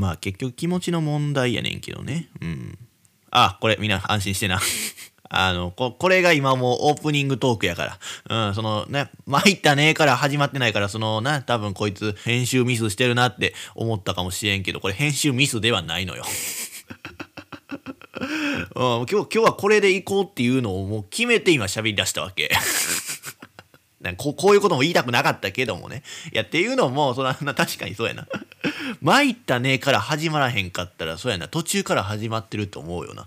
まあ結局気持ちの問題やねんけどね。うん。あ、これみんな安心してな。これが今もうオープニングトークやから。うん、そのね、参ったねから始まってないから、そのな、多分こいつ編集ミスしてるなって思ったかもしれんけど、これ編集ミスではないのよ。うん、今日はこれで行こうっていうのをもう決めて今喋り出したわけ。こういうことも言いたくなかったけどもね。いや、っていうのも、確かにそうやな。参ったねから始まらへんかったら、そうやな、途中から始まってると思うよな。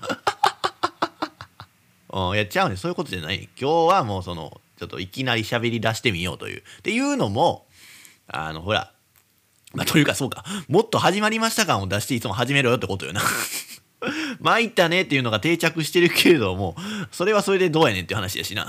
いやっちゃうね、そういうことじゃない。今日はもうちょっといきなり喋り出してみようという。っていうのも、ほら、というかそうか、もっと始まりました感を出していつも始めろよってことよな。参ったねっていうのが定着してるけれども、それはそれでどうやねんっていう話やしな。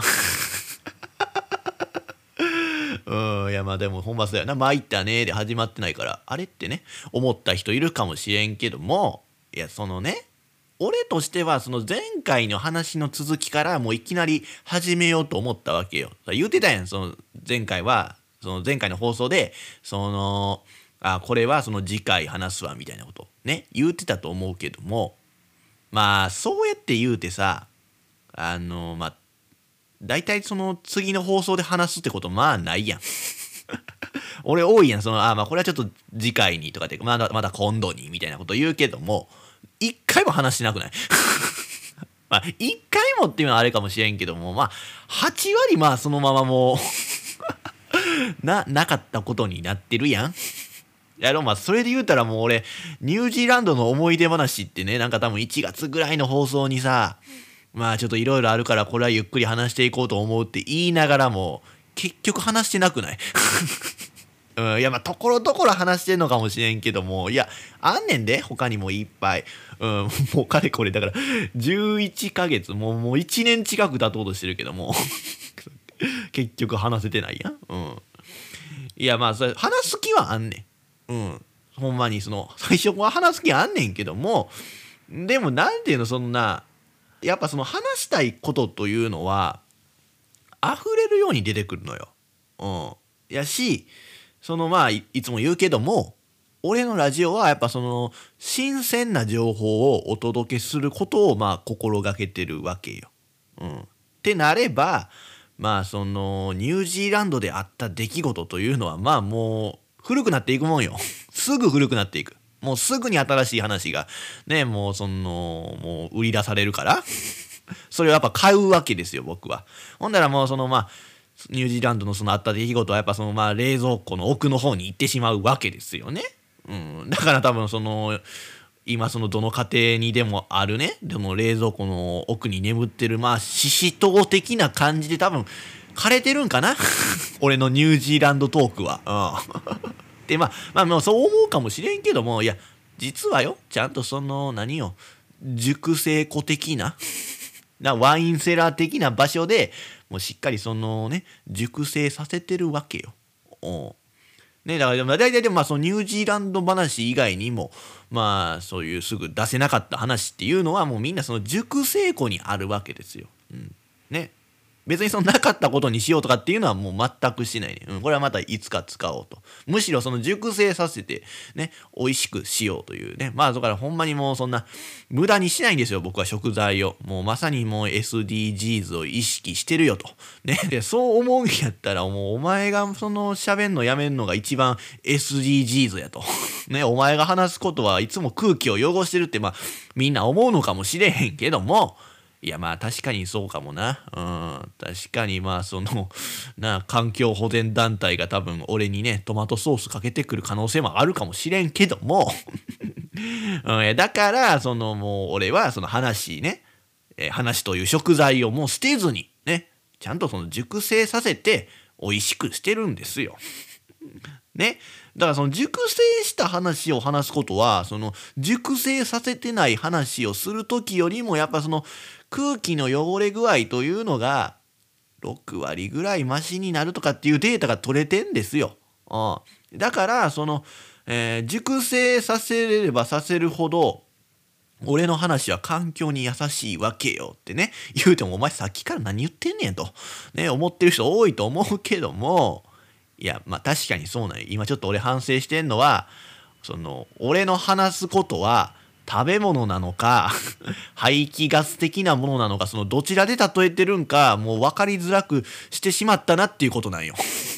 いやまあでもほんまそうやな。参ったねで始まってないから、あれってね、思った人いるかもしれんけども、いや俺としてはその前回の話の続きからもういきなり始めようと思ったわけよ。言ってたやん、前回の放送で、これは次回話すわみたいなことね、言ってたと思うけども、まあそうやって言うてさ、まあ大体次の放送で話すってことまあないやん。俺多いやん、まあこれはちょっと次回にとかって、まだ今度にみたいなこと言うけども、一回も話してなくない？まあ一回もっていうのはあれかもしれんけども、まあ8割まあそのままもうなかったことになってるやん。まあそれで言うたらもう俺ニュージーランドの思い出話ってね、なんか多分1月ぐらいの放送にさ、まあちょっといろいろあるからこれはゆっくり話していこうと思うって言いながらも結局話してなくない？うん、いやまあところどころ話してんのかもしれんけども、いやあんねんで他にもいっぱい。うん、もうかれこれだから11ヶ月もう1年近く経とうとしてるけども結局話せてないやん。うん。いやまあそれ話す気はあんねん。うん。ほんまに最初は話す気あんねんけども、でもなんていうのやっぱ話したいことというのは溢れるように出てくるのよ。うん。やし、まあいつも言うけども、俺のラジオはやっぱ新鮮な情報をお届けすることをまあ心がけてるわけよ。うん。ってなれば、まあニュージーランドであった出来事というのはまあもう古くなっていくもんよ。すぐ古くなっていく。もうすぐに新しい話がね、もう売り出されるからそれをやっぱ買うわけですよ、僕は。ほんだらもうまあニュージーランドのあった出来事はやっぱまあ冷蔵庫の奥の方に行ってしまうわけですよね。うん。だから多分今どの家庭にでもあるね、でも冷蔵庫の奥に眠ってるまあシシトウ的な感じで多分枯れてるんかな俺のニュージーランドトークは。うん。でまあそう思うかもしれんけども、いや実はよ、ちゃんと何よ、熟成庫的なワインセラー的な場所でもうしっかり熟成させてるわけよ。ね、だから大体でもまあニュージーランド話以外にもまあそういうすぐ出せなかった話っていうのはもうみんな熟成庫にあるわけですよ。うん、ね。別になかったことにしようとかっていうのはもう全くしないね。うん、これはまたいつか使おうと。むしろ熟成させてね、美味しくしようというね。まあだからほんまにもうそんな無駄にしないんですよ、僕は食材を。もうまさにもう SDGs を意識してるよと。ね。で、そう思うんやったらもうお前が喋んのやめんのが一番 SDGs やと。ね、お前が話すことはいつも空気を汚してるってまあみんな思うのかもしれへんけども、いやまあ確かにそうかもな。うん。確かにまあ環境保全団体が多分俺にね、トマトソースかけてくる可能性もあるかもしれんけども、うん、だからもう俺は話ね、話という食材をもう捨てずにね、ちゃんと熟成させて美味しくしてるんですよ。ね。だから熟成した話を話すことは熟成させてない話をする時よりもやっぱ空気の汚れ具合というのが6割ぐらいマシになるとかっていうデータが取れてんですよ。だから熟成させればさせるほど俺の話は環境に優しいわけよってね言うてもお前さっきから何言ってんねんとね思ってる人多いと思うけども、いやまあ確かにそうなんよ。今ちょっと俺反省してんのはその俺の話すことは食べ物なのか排気ガス的なものなのか、そのどちらで例えてるんかもう分かりづらくしてしまったなっていうことなんよ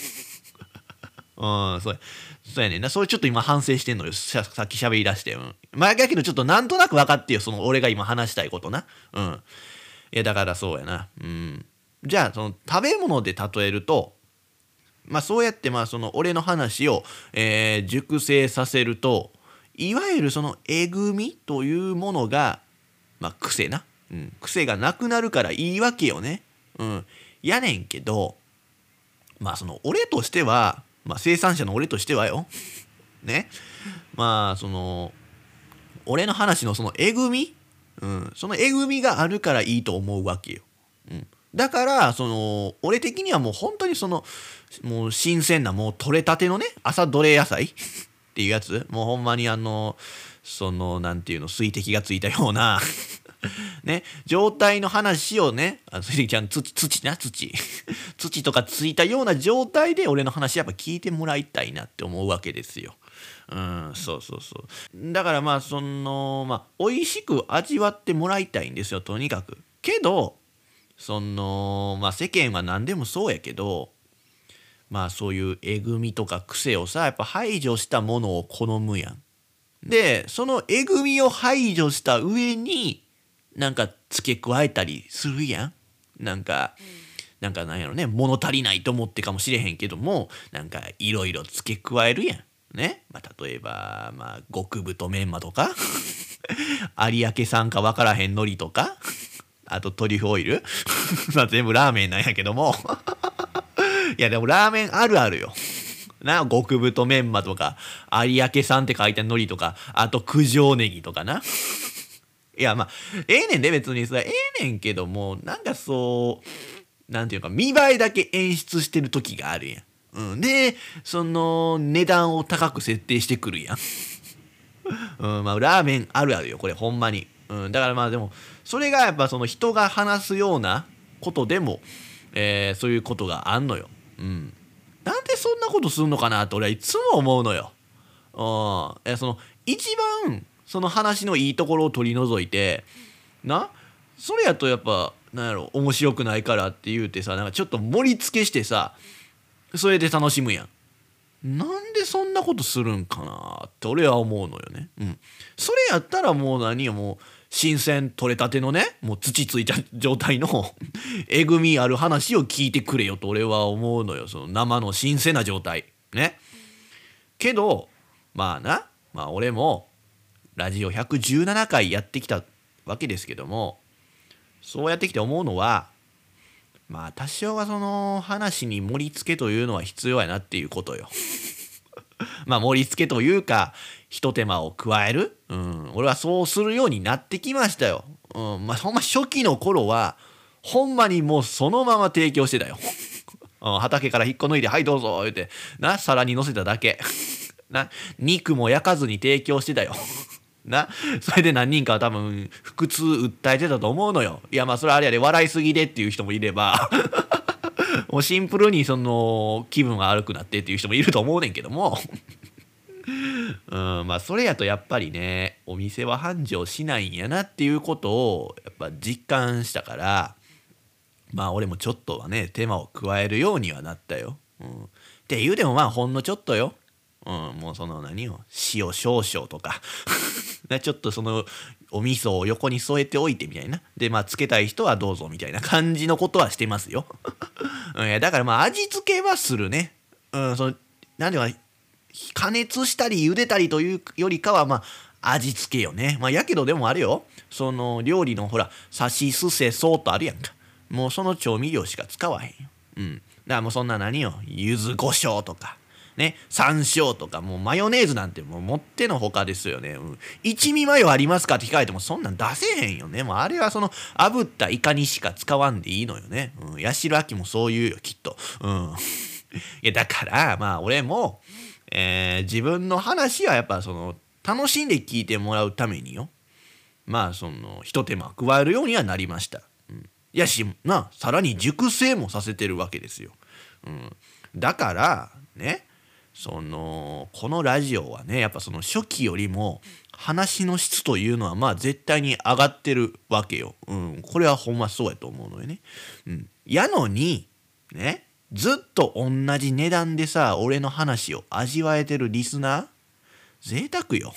そうやねんな。それちょっと今反省してんのよ。さっき喋り出して。まあだけどちょっとなんとなく分かってよ、その俺が今話したいことな。いやだからそうやな。じゃあその食べ物で例えると、まあそうやってその俺の話を、熟成させると、いわゆるそのえぐみというものが、癖な。癖がなくなるからいいわけよね。やねんけど、その俺としては、生産者の俺としてはよ。ね。その、俺の話のそのえぐみ、そのえぐみがあるからいいと思うわけよ。だからその俺的にはもう本当にそのもう新鮮なもう取れたてのね朝どれ野菜っていうやつ、もうほんまにそのなんていうの水滴がついたようなね状態の話をね、水滴ちゃん土土とかついたような状態で俺の話やっぱ聞いてもらいたいなって思うわけですよ。そうだからその美味しく味わってもらいたいんですよ、とにかく。けどその世間は何でもそうやけど、そういうえぐみとか癖をさやっぱ排除したものを好むやん。でそのえぐみを排除した上になんか付け加えたりするやん。なんやろね、物足りないと思ってかもしれへんけども、なんかいろいろ付け加えるやんね。例えば極太メンマとか有明産か分からへん海苔とか、あとトリュフオイル全部ラーメンなんやけどもいやでもラーメンあるあるよな。極太メンマとか有明産って書いた海苔とか、あと九条ネギとかな。いやええねんで別にさ、ええねんけども、なんかそうなんていうか見栄えだけ演出してる時があるやん。でその値段を高く設定してくるやんラーメンあるあるよこれほんまに。だからでもそれがやっぱその人が話すようなことでも、そういうことがあんのよ。なんでそんなことすんのかなって俺はいつも思うのよ。その一番その話のいいところを取り除いてそれやとやっぱなんやろ面白くないからって言うてさ、なんかちょっと盛り付けしてさそれで楽しむやん。なんでそんなことするんかなって俺は思うのよね。それやったらもう何よ、もう新鮮取れたてのね、もう土ついた状態のえぐみある話を聞いてくれよと俺は思うのよ。その生の新鮮な状態ね。けど俺もラジオ117回やってきたわけですけども、そうやってきて思うのは多少はその話に盛り付けというのは必要やなっていうことよ盛り付けというか一手間を加える、俺はそうするようになってきましたよ。ほんま初期の頃はほんまにもうそのまま提供してたよ畑から引っこ抜いてはいどうぞ言うて皿に乗せただけ肉も焼かずに提供してたよそれで何人かは多分腹痛訴えてたと思うのよ。いやそれはあれやで笑いすぎでっていう人もいればもうシンプルにその気分が悪くなってっていう人もいると思うねんけどもそれやとやっぱりねお店は繁盛しないんやなっていうことをやっぱ実感したから、俺もちょっとはね手間を加えるようにはなったよ。っていうでもほんのちょっとよ。もうその何よ塩少々とかちょっとそのお味噌を横に添えておいてみたいなでつけたい人はどうぞみたいな感じのことはしてますよだから味付けはするね。その何ていうか加熱したり茹でたりというよりかは味付けよね。やけどでもあれよ、その料理のほらさしすせそうとあるやんか。もうその調味料しか使わへんよ。だからもうそんな何よ柚子胡椒とかね、山椒とかもうマヨネーズなんてもうもってのほかですよね。一味マヨありますかって聞かれてもそんなん出せへんよね。もうあれはその炙ったイカにしか使わんでいいのよね。八代亜紀もそう言うよきっと。いやだから俺も、自分の話はやっぱその楽しんで聞いてもらうためによ、その一手間加えるようにはなりました。やしさらに熟成もさせてるわけですよ。だからねこのラジオはねやっぱその初期よりも話の質というのはまあ絶対に上がってるわけよ。これはほんまそうやと思うのよね。やのにねずっと同じ値段でさ俺の話を味わえてるリスナー贅沢よ。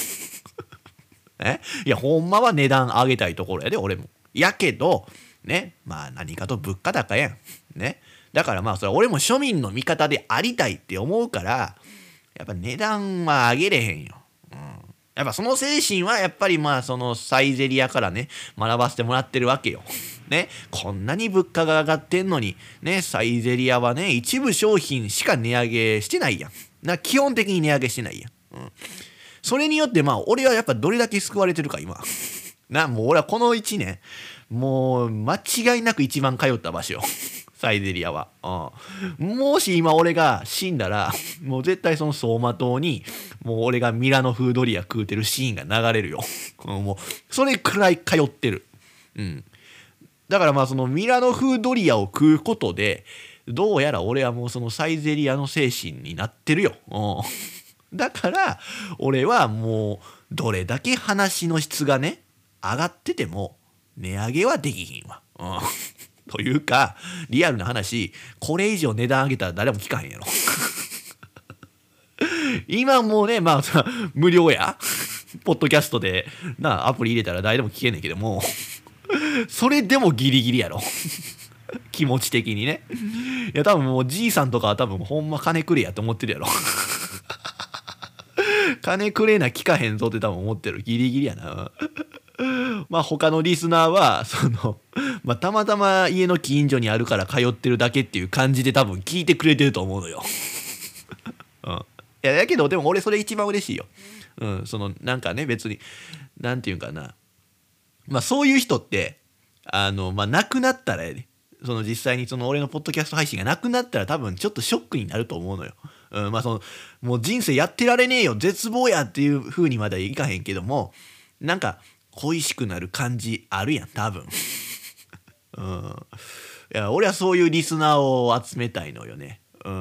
いやほんまは値段上げたいところやで俺も。やけどねまあ何かと物価高やん。ねだからまあそれは俺も庶民の味方でありたいって思うからやっぱ値段は上げれへんよ。やっぱその精神はやっぱりまあそのサイゼリアからね学ばせてもらってるわけよ。ねこんなに物価が上がってんのにねサイゼリアはね一部商品しか値上げしてないやん。基本的に値上げしてないやん。それによってまあ俺はやっぱどれだけ救われてるか今。もう俺はこの1年もう間違いなく一番通った場所よ。サイゼリアは。もし今俺が死んだらもう絶対その走馬灯にもう俺がミラノ風ドリア食うてるシーンが流れるよ。もうそれくらい通ってる。だからまあそのミラノ風ドリアを食うことでどうやら俺はもうそのサイゼリアの精神になってるよ。だから俺はもうどれだけ話の質がね上がってても値上げはできひんわ。というかリアルな話これ以上値段上げたら誰も聞かへんやろ。今もうねまあ無料やポッドキャストでアプリ入れたら誰でも聞けんねんけどもそれでもギリギリやろ。気持ち的にね。いや多分もうじいさんとかは多分ほんま金くれやと思ってるやろ。金くれな聞かへんぞって多分思ってる。ギリギリやな。まあ他のリスナーはまあ、たまたま家の近所にあるから通ってるだけっていう感じで多分聞いてくれてると思うのよ。いやだけどでも俺それ一番嬉しいよ。なんかね別になんていうんかなまあそういう人ってまあ亡くなったらやで実際に俺のポッドキャスト配信がなくなったら多分ちょっとショックになると思うのよ。まあもう人生やってられねえよ絶望やっていう風にまではいかへんけどもなんか恋しくなる感じあるやん多分。いや俺はそういうリスナーを集めたいのよね。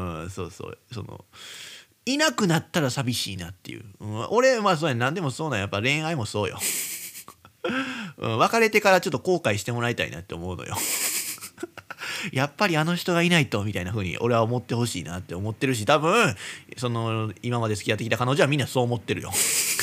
いなくなったら寂しいなっていう。俺まあそうや何でもそうなんやっぱ恋愛もそうよ。別れてからちょっと後悔してもらいたいなって思うのよ。やっぱりあの人がいないとみたいな風に俺は思ってほしいなって思ってるし多分今まで付き合ってきた彼女はみんなそう思ってるよ。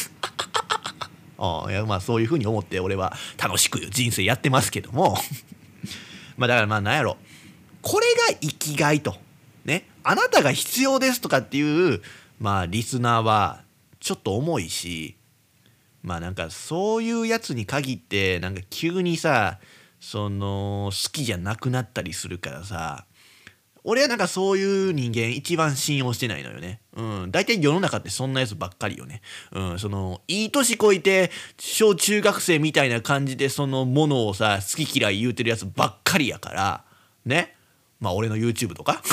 いやまあそういう風に思って俺は楽しく人生やってますけどもまあだからまあなんやろこれが生きがいとねあなたが必要ですとかっていうまあリスナーはちょっと重いしまあなんかそういうやつに限ってなんか急にさ好きじゃなくなったりするからさ俺はなんかそういう人間一番信用してないのよね。大体世の中ってそんなやつばっかりよね。いい年こいて小中学生みたいな感じでものをさ好き嫌い言うてるやつばっかりやからね。まあ俺の YouTube とか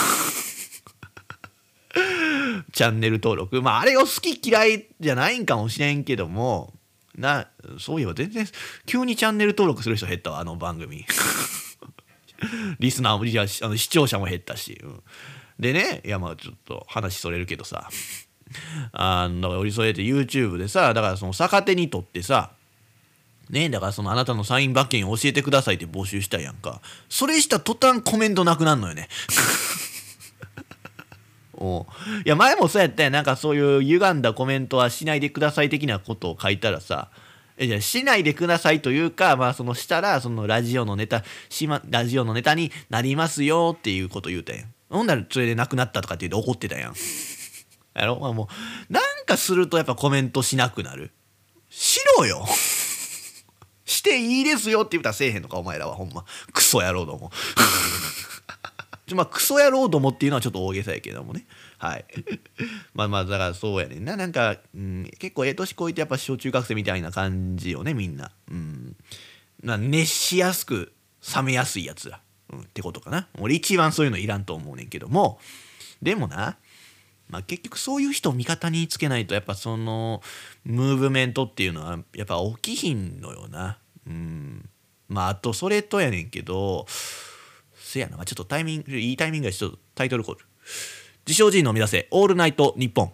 チャンネル登録まああれを好き嫌いじゃないんかもしれんけどもそういえば全然急にチャンネル登録する人減ったわあの番組。リスナーも視聴者も減ったし、でねいやまあちょっと話それるけどさだから俺それって YouTube でさだから逆手にとってさねだからあなたのサイン馬券を教えてくださいって募集したやんか。それした途端コメントなくなるのよね。いや前もそうやったやんなんかそういう歪んだコメントはしないでください的なことを書いたらさじゃあしないでくださいというかまあしたらラジオのネタになりますよっていうこと言うたやん。ほんならそれでなくなったとかって言って怒ってたやん。やろ、まあ、もうなんかするとやっぱコメントしなくなる。しろよ。していいですよって言ったらせえへんのかお前らはほんまクソ野郎ども。まあクソ野郎どもっていうのはちょっと大げさやけどもね。はい。まあだからそうやねんな。なんか、結構年こいてやっぱ小中学生みたいな感じよねみんな。熱しやすく冷めやすいやつら、ってことかな。俺一番そういうのいらんと思うねんけどもでもなまあ結局そういう人を味方につけないとやっぱムーブメントっていうのはやっぱ起きひんのよな。まああとそれとやねんけどせやな、ちょっといいタイミングでちょっとタイトルコール自称人の目指せオールナイトニッポン。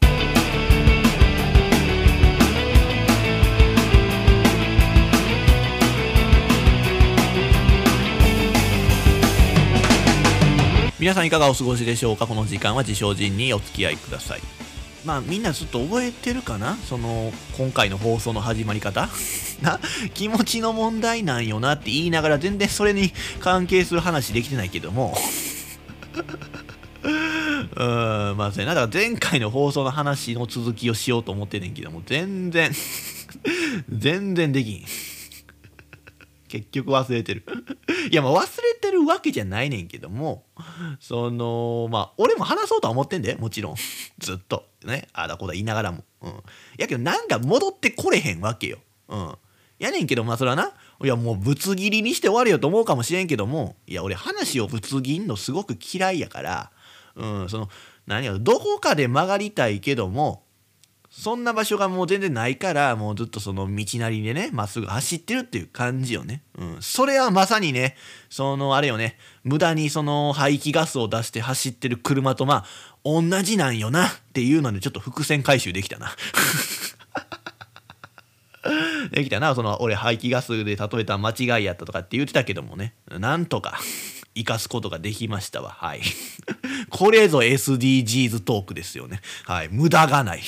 皆さんいかがお過ごしでしょうか。この時間は自称人にお付き合いください。まあみんなちょっと覚えてるかな、その今回の放送の始まり方な、気持ちの問題なんよなって言いながら全然それに関係する話できてないけどもまあそうやな。だから前回の放送の話の続きをしようと思ってんねんけども全然できん。結局忘れてるいやまあ忘れてるわけじゃないねんけども、そのまあ俺も話そうとは思ってんでもちろんずっとね、あだこだ言いながらも、やけどなんか戻ってこれへんわけよ。やねんけどまあそれはな、いやもうぶつ切りにして終わるよと思うかもしれんけども、いや俺話をぶつ切んのすごく嫌いやから、その何やどこかで曲がりたいけどもそんな場所がもう全然ないから、もうずっとその道なりでねまっすぐ走ってるっていう感じよね。それはまさにね、そのあれよね、無駄にその排気ガスを出して走ってる車とまあ同じなんよなっていうのでちょっと伏線回収できたなできたな。その俺排気ガスで例えた間違いやったとかって言ってたけどもね、なんとか生かすことができましたわ。はいこれぞ SDGs トークですよね。はい、無駄がない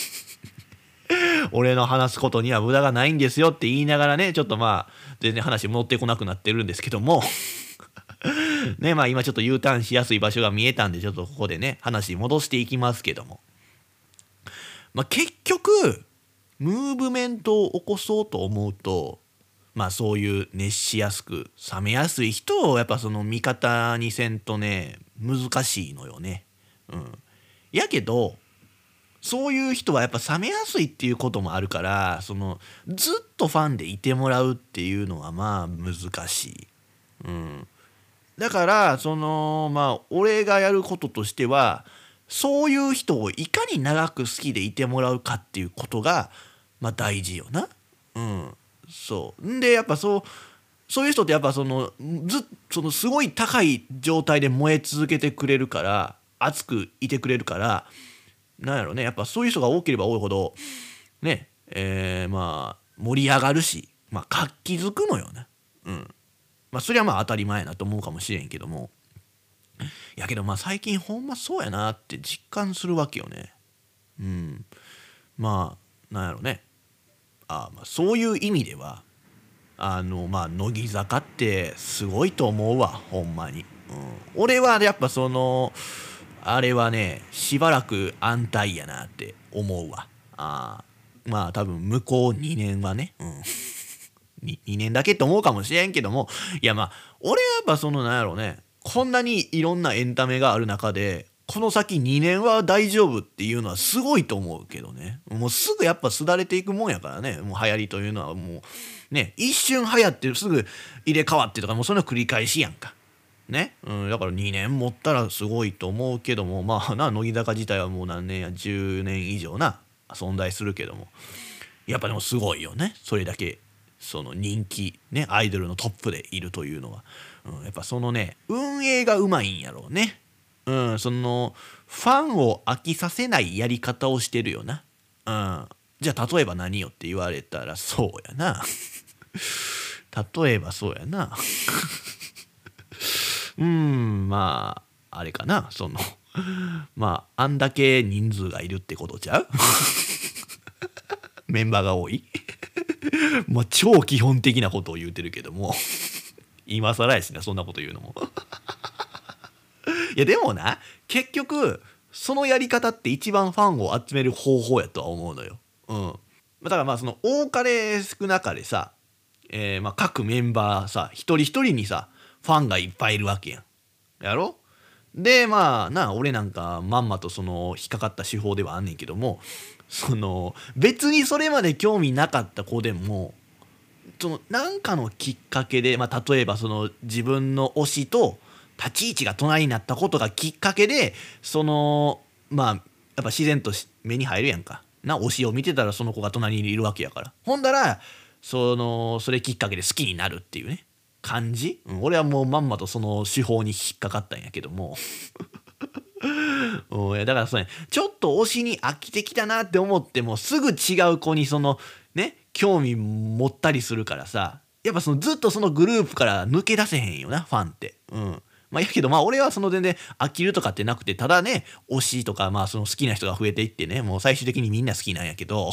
俺の話すことには無駄がないんですよって言いながらね、ちょっとまあ全然話戻ってこなくなってるんですけどもね、まあ今ちょっと U ターンしやすい場所が見えたんでちょっとここでね話戻していきますけども、まあ結局ムーブメントを起こそうと思うと、まあそういう熱しやすく冷めやすい人をやっぱその味方にせんとね難しいのよね。やけどそういう人はやっぱ冷めやすいっていうこともあるから、そのずっとファンでいてもらうっていうのはまあ難しい。だからそのまあ俺がやることとしては、そういう人をいかに長く好きでいてもらうかっていうことがまあ大事よな。そうんでやっぱそういう人ってやっぱそのそのすごい高い状態で燃え続けてくれるから、熱くいてくれるから、なんやろね、やっぱそういう人が多ければ多いほどね、まあ盛り上がるし、まあ活気づくのよね。まあそれはまあ当たり前やなと思うかもしれんけども、やけどまあ最近ほんまそうやなって実感するわけよね。まあなんやろね、まあそういう意味ではまあ乃木坂ってすごいと思うわほんまに。俺はやっぱそのあれはねしばらく安泰やなって思うわ。まあ多分向こう2年はね、2年だけって思うかもしれんけども、いやまあ俺はやっぱそのなんやろね、こんなにいろんなエンタメがある中でこの先2年は大丈夫っていうのはすごいと思うけどね。もうすぐやっぱすだれていくもんやからね。もう流行りというのはもうね、一瞬流行ってすぐ入れ替わってとか、もうその繰り返しやんかね。だから2年持ったらすごいと思うけども、まあな乃木坂自体はもう何年や10年以上な存在するけども、やっぱでもすごいよね。それだけその人気ねアイドルのトップでいるというのは、やっぱそのね運営がうまいんやろうね。そのファンを飽きさせないやり方をしてるよな。じゃあ例えば何よって言われたらそうやな例えばそうやなまああれかな、そのまああんだけ人数がいるってことちゃうメンバーが多いまあ超基本的なことを言うてるけども今更やしなそんなこと言うのもいやでもな、結局そのやり方って一番ファンを集める方法やとは思うのよ。だからまあその多かれ少なかれさ、まあ各メンバーさ一人一人にさファンがいっぱいいるわけやん。やろ。でまあな、俺なんかまんまとその引っかかった手法ではあんねんけども、その別にそれまで興味なかった子でもそのなんかのきっかけで、まあ例えばその自分の推しと立ち位置が隣になったことがきっかけで、そのまあやっぱ自然と目に入るやんかな。推しを見てたらその子が隣にいるわけやから、ほんだらそれきっかけで好きになるっていうね感じ。俺はもうまんまとその手法に引っかかったんやけどもいやだからそうね、ちょっと推しに飽きてきたなって思ってもすぐ違う子にそのね興味持ったりするからさ、やっぱそのずっとそのグループから抜け出せへんよなファンって。まあやけどまあ俺はその全然飽きるとかってなくて、ただね推しとかまあその好きな人が増えていってね、もう最終的にみんな好きなんやけど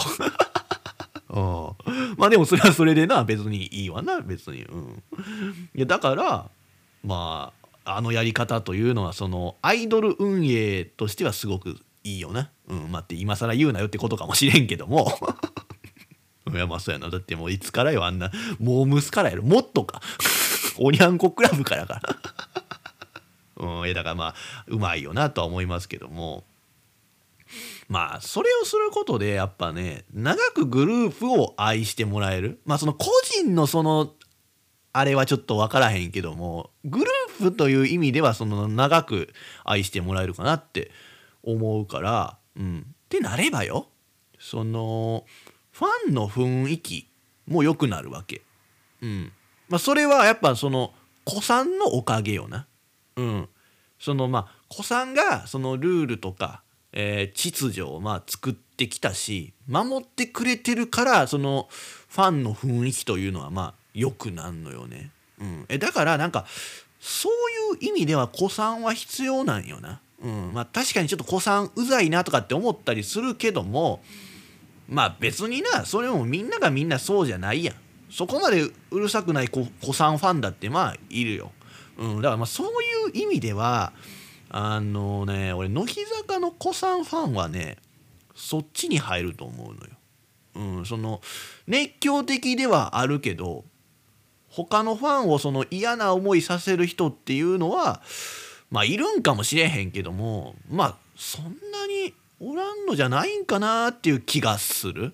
まあでもそれはそれでな別にいいわな別に。いやだからまああのやり方というのはそのアイドル運営としてはすごくいいよな。まあって今更言うなよってことかもしれんけどもいやまあそうやな、だってもういつからよあんな、モームスからやろ、もっとかおにゃんこクラブからかいやだからまあうまいよなとは思いますけども、まあそれをすることでやっぱね長くグループを愛してもらえる、まあその個人のそのあれはちょっと分からへんけども、グループという意味ではその長く愛してもらえるかなって思うから、ってなればよ、そのファンの雰囲気も良くなるわけ。まあそれはやっぱその子さんのおかげよな。そのまあ子さんがそのルールとか、秩序をまあ作ってきたし守ってくれてるから、そのファンの雰囲気というのはまあ良くなんのよね。だからなんかそういう意味では子さんは必要なんよな。まあ確かにちょっと子さんうざいなとかって思ったりするけども、まあ別になそれもみんながみんなそうじゃないやん。そこまでうるさくない子さんファンだってまあいるよ。だからまあそういう意味では俺乃木坂の子さんファンはねそっちに入ると思うのよ。その熱狂的ではあるけど他のファンをその嫌な思いさせる人っていうのはまあいるんかもしれへんけども、まあそんなにおらんのじゃないんかなっていう気がする。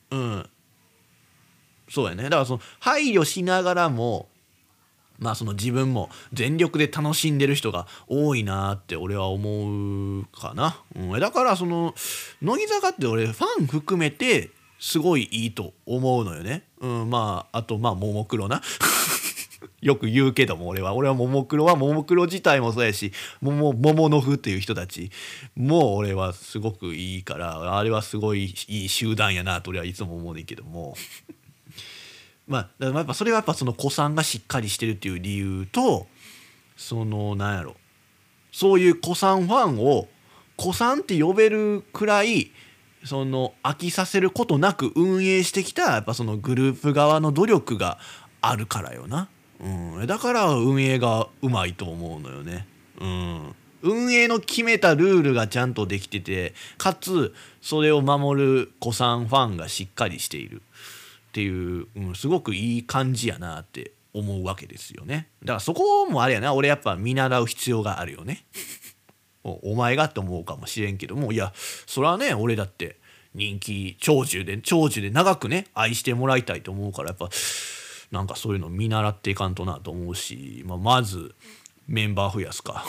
そうやね。だからその配慮しながらもまあその自分も全力で楽しんでる人が多いなって俺は思うかな。だからその乃木坂って俺ファン含めてすごいいいと思うのよね。まああとまあももクロなよく言うけども俺はももクロ自体もそうやし、桃のふっていう人たちも俺はすごくいいから、あれはすごいいい集団やなと俺はいつも思うねんけどもまあやっぱそれはやっぱその子さんがしっかりしてるっていう理由と、そのなんやろ、そういう子さんファンを子さんって呼べるくらいその飽きさせることなく運営してきたやっぱそのグループ側の努力があるからよな。だから運営がうまいと思うのよね。運営の決めたルールがちゃんとできてて、かつそれを守る子さんファンがしっかりしているっていう、すごくいい感じやなって思うわけですよね。だからそこもあれやな、俺やっぱ見習う必要があるよね。お前がって思うかもしれんけども、いやそれはね俺だって人気長寿で長くね愛してもらいたいと思うから、やっぱなんかそういうの見習っていかんとなと思うし、まずメンバー増やすか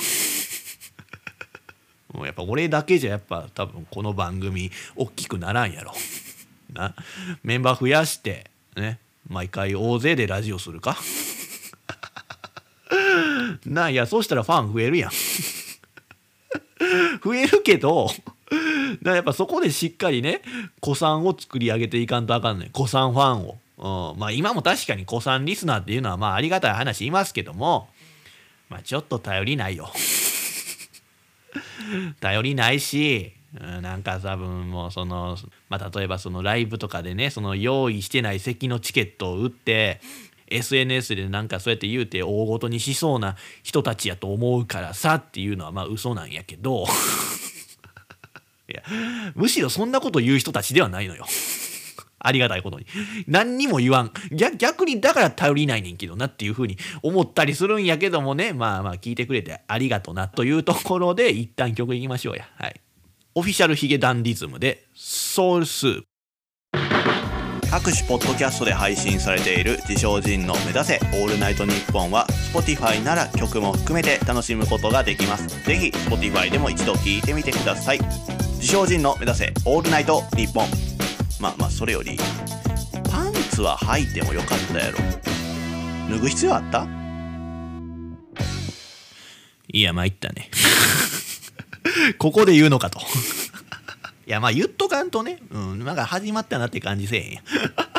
もうやっぱ俺だけじゃやっぱ多分この番組大きくならんやろな。メンバー増やしてね、毎回大勢でラジオするかいやそうしたらファン増えるやん増えるけどだやっぱそこでしっかりね子さんを作り上げていかんとあかんねん、子さんファンを。まあ今も確かに子さんリスナーっていうのはまあありがたい話いますけども、まあちょっと頼りないよ頼りないし、なんか多分もうそのまあ例えばそのライブとかでねその用意してない席のチケットを売ってSNS でなんかそうやって言うて大ごとにしそうな人たちやと思うからさっていうのはまあ嘘なんやけどいやむしろそんなこと言う人たちではないのよありがたいことに何にも言わん、逆にだから頼りないねんけどなっていう風に思ったりするんやけどもね、まあ聞いてくれてありがとなというところで一旦曲いきましょうや。はい、オフィシャルヒゲダンディズムでソウルスープ。各種ポッドキャストで配信されている自称人の目指せオールナイトニッポンは Spotify なら曲も含めて楽しむことができます。ぜひ Spotify でも一度聞いてみてください。自称人の目指せオールナイトニッポン。まあそれよりパンツは履いてもよかったやろ。脱ぐ必要あった？いや参ったねここで言うのかと。いやまあ言っとかんとね、なんか始まったなって感じせえへんや。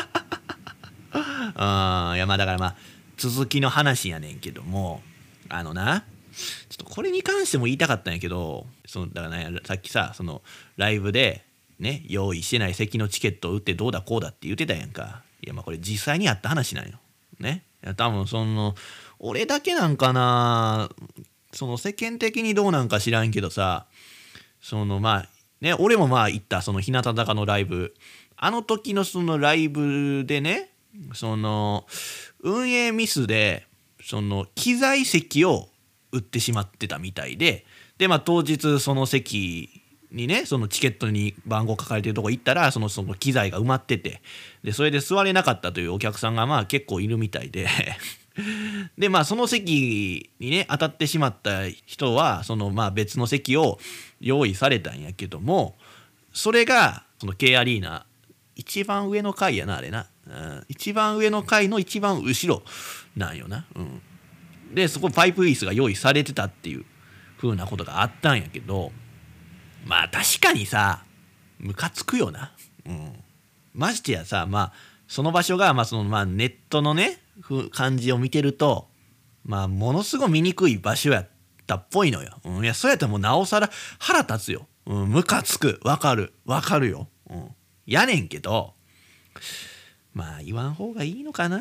いやまあだからまあ続きの話やねんけども、ちょっとこれに関しても言いたかったんやけど、だからね、さっきさ、ライブでね、用意してない席のチケットを売ってどうだこうだって言ってたやんか。いやまあこれ実際にあった話なんよ。ね。いや多分俺だけなんかな、世間的にどうなんか知らんけどさ、まあね、俺もまあ行った日向坂のライブ、あの時のライブでね、運営ミスで機材席を売ってしまってたみたいで、まあ当日その席にね、チケットに番号書かれてるとこ行ったらその機材が埋まってて、でそれで座れなかったというお客さんがまあ結構いるみたいででまあその席にね当たってしまった人はまあ別の席を用意されたんやけども、それがK アリーナ一番上の階やなあれな、一番上の階の一番後ろなんよな。でそこパイプ椅子が用意されてたっていう風なことがあったんやけど、まあ確かにさムカつくよな。ましてやさ、まあその場所がまあネットのね感じを見てると、まあものすごい見にくい場所やったっぽいのよ。いやそうやったらもうなおさら腹立つよ。ムカつく。わかるよ。やねんけど、まあ言わん方がいいのかな。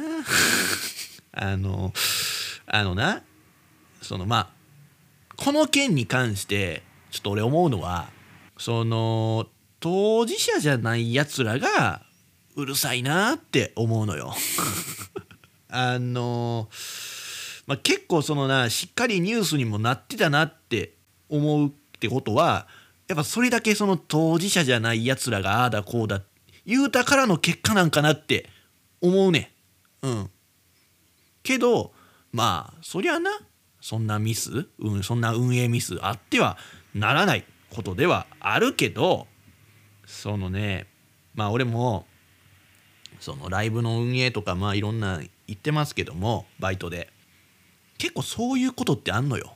な、まあこの件に関してちょっと俺思うのは、当事者じゃないやつらがうるさいなって思うのよ。まあ、結構しっかりニュースにもなってたなって思うってことは、やっぱそれだけ当事者じゃないやつらがああだこうだ言うたからの結果なんかなって思うね。けどまあそりゃな、そんなミス、そんな運営ミスあってはならないことではあるけど、まあ俺もライブの運営とかまあいろんな言ってますけども、バイトで結構そういうことってあんのよ。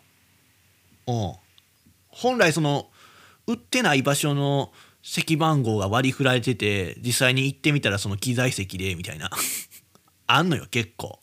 本来売ってない場所の席番号が割り振られてて、実際に行ってみたら機材席でみたいなあんのよ結構。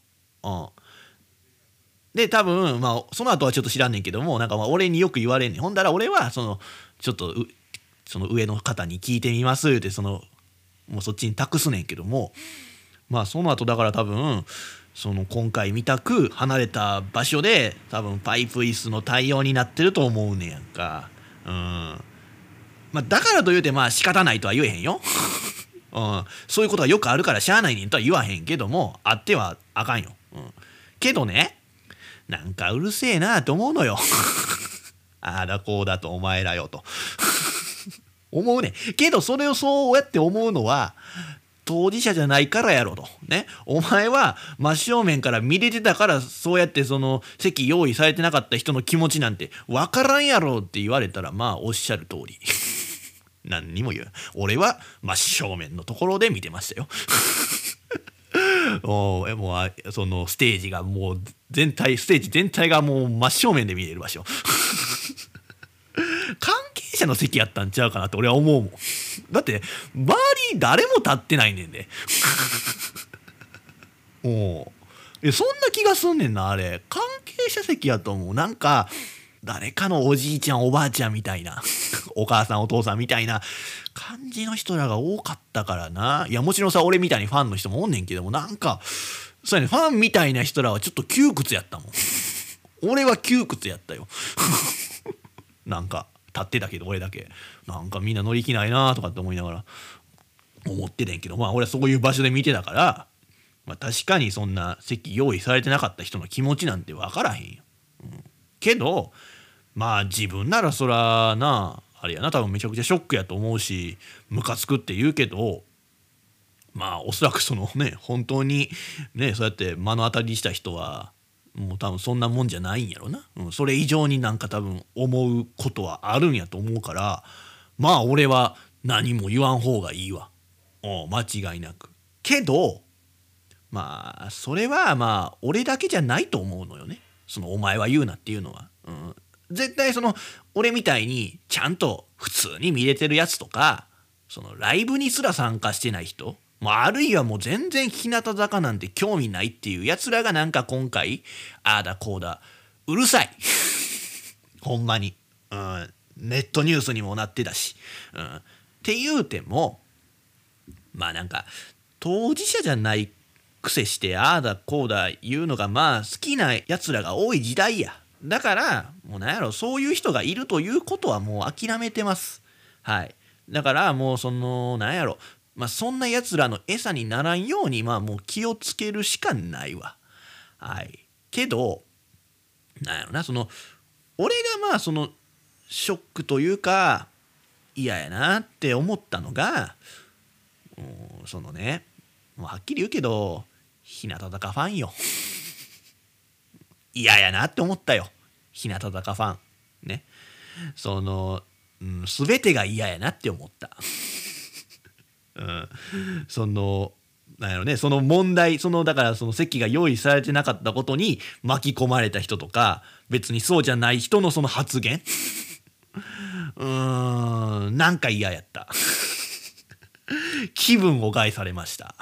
で多分まあその後はちょっと知らんねんけども、なんかまあ俺によく言われんねん。ほんだら俺はちょっと上の方に聞いてみますってもうそっちに託すねんけども、まあその後だから多分今回見たく離れた場所で多分パイプ椅子の対応になってると思うねやんか。まあだからと言うてまあ仕方ないとは言えへんよ。そういうことがよくあるからしゃあないねんとは言わへんけども、あってはあかんよ。けどね、なんかうるせえなと思うのよ。ああだこうだとお前らよと思うね。けどそれをそうやって思うのは当事者じゃないからやろとね。お前は真正面から見れてたからそうやって席用意されてなかった人の気持ちなんて分からんやろって言われたら、まあおっしゃる通り。何にも言う。俺は真正面のところで見てましたよ。もうステージがもうステージ全体がもう真正面で見える場所。関係者の席やったんちゃうかなって俺は思うもん。だって周り誰も立ってないねんで。そんな気がすんねんな。あれ関係者席やと思う。なんか誰かのおじいちゃんおばあちゃんみたいなお母さんお父さんみたいな感じの人らが多かったからな。いやもちろんさ俺みたいにファンの人もおんねんけども、なんかそうやね、ファンみたいな人らはちょっと窮屈やったもん。俺は窮屈やったよ。なんか立ってたけど俺だけなんかみんな乗り気ないなとかって思いながら思っててんけど、まあ俺はそういう場所で見てたから、まあ、確かにそんな席用意されてなかった人の気持ちなんて分からへんよ。けどまあ自分ならそらなあれやな、多分めちゃくちゃショックやと思うしムカつくって言うけど、まあおそらく本当にねそうやって目の当たりにした人はもう多分そんなもんじゃないんやろな。それ以上になんか多分思うことはあるんやと思うから、まあ俺は何も言わん方がいいわ。間違いなく。けどまあそれはまあ俺だけじゃないと思うのよね。お前は言うなっていうのは。 絶対その俺みたいにちゃんと普通に見れてるやつとか、そのライブにすら参加してない人、あるいはもう全然日向坂なんて興味ないっていうやつらがなんか今回ああだこうだうるさいほんまに、ネットニュースにもなってたし、って言うてもなんか当事者じゃないくせしてああだこうだ言うのが好きなやつらが多い時代や。だからもうなんやろ、そういう人がいるということはもう諦めてます。はい。だからもうそのなんやろ、そんなやつらの餌にならんようにもう気をつけるしかないわ。はい。けどなんやろな、その俺がそのショックというか嫌やなって思ったのが、そのね、もうはっきり言うけど日向坂ファンよ。嫌やなって思ったよ、日向坂ファンね。その、全てが嫌やなって思った。そのなんやろね、その問題、だからその席が用意されてなかったことに巻き込まれた人とか、別にそうじゃない人のその発言なんか嫌やった気分を害されました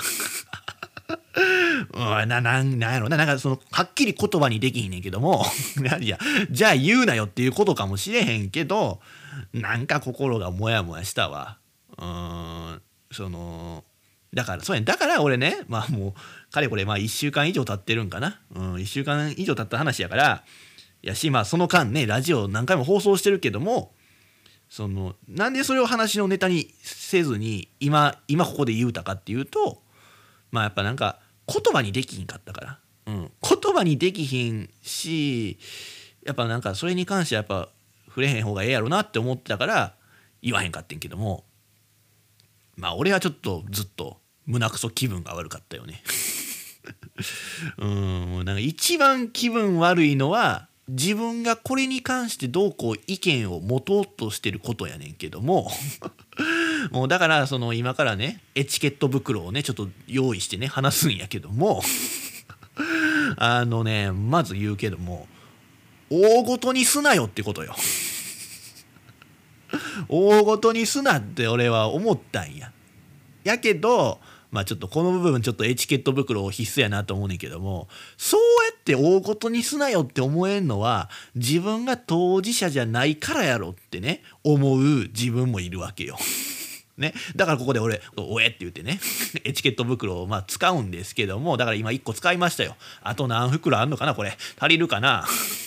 なんやろな、なんかそのはっきり言葉にできひんねんけどもじゃあ言うなよっていうことかもしれへんけど、なんか心がモヤモヤしたわ。そのだから俺ね、もうかれこれ1週間以上経ってるんかな、1週間以上経った話やからやし、その間ねラジオ何回も放送してるけども、そのなんでそれを話のネタにせずに今ここで言うたかっていうと、やっぱなんか言葉にできひんかったから、言葉にできひんし、やっぱなんかそれに関してはやっぱ触れへん方がええやろなって思ってたから言わへんかってんけども、俺はちょっとずっと胸くそ気分が悪かったよねなんか一番気分悪いのは自分がこれに関してどうこう意見を持とうとしてることやねんけどももうだからその今からねエチケット袋をねちょっと用意してね話すんやけどもまず言うけども、大ごとにすなよってことよ大ごとにすなって俺は思ったんや。やけどちょっとこの部分ちょっとエチケット袋必須やなと思うねんけども、そうやって大ごとにすなよって思えんのは自分が当事者じゃないからやろってね思う自分もいるわけよね、だからここで俺「おえ」って言ってねエチケット袋を使うんですけども、だから今1個使いましたよ。あと何袋あんのかな、これ足りるかな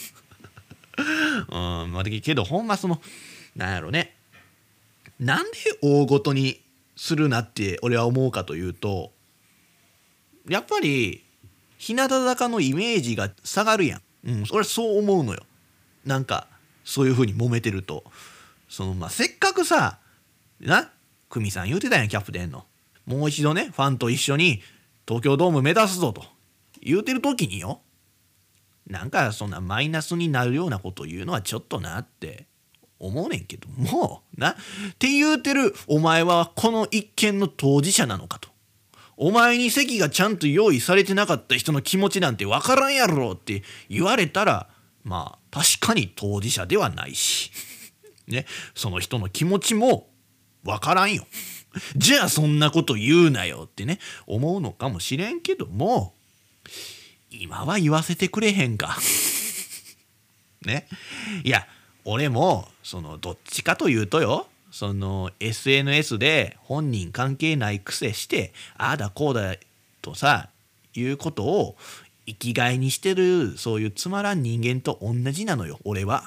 けどほんまそのなんやろね、なんで大ごとにするなって俺は思うかというと、やっぱり日向坂のイメージが下がるやん。俺そう思うのよ。なんかそういう風に揉めてると、そのせっかくさ久美さん言うてたやん、キャプテンの。もう一度ねファンと一緒に東京ドーム目指すぞと言うてる時によ、なんかそんなマイナスになるようなこと言うのはちょっとなって思うねんけどもって言うてるお前はこの一件の当事者なのかと。お前に席がちゃんと用意されてなかった人の気持ちなんて分からんやろって言われたら、確かに当事者ではないしね、その人の気持ちも分からんよじゃあそんなこと言うなよってね思うのかもしれんけども、今は言わせてくれへんかね。いや俺もそのどっちかというとよ、その SNS で本人関係ないくせしてああだこうだとさいうことを生きがいにしてるそういうつまらん人間と同じなのよ俺は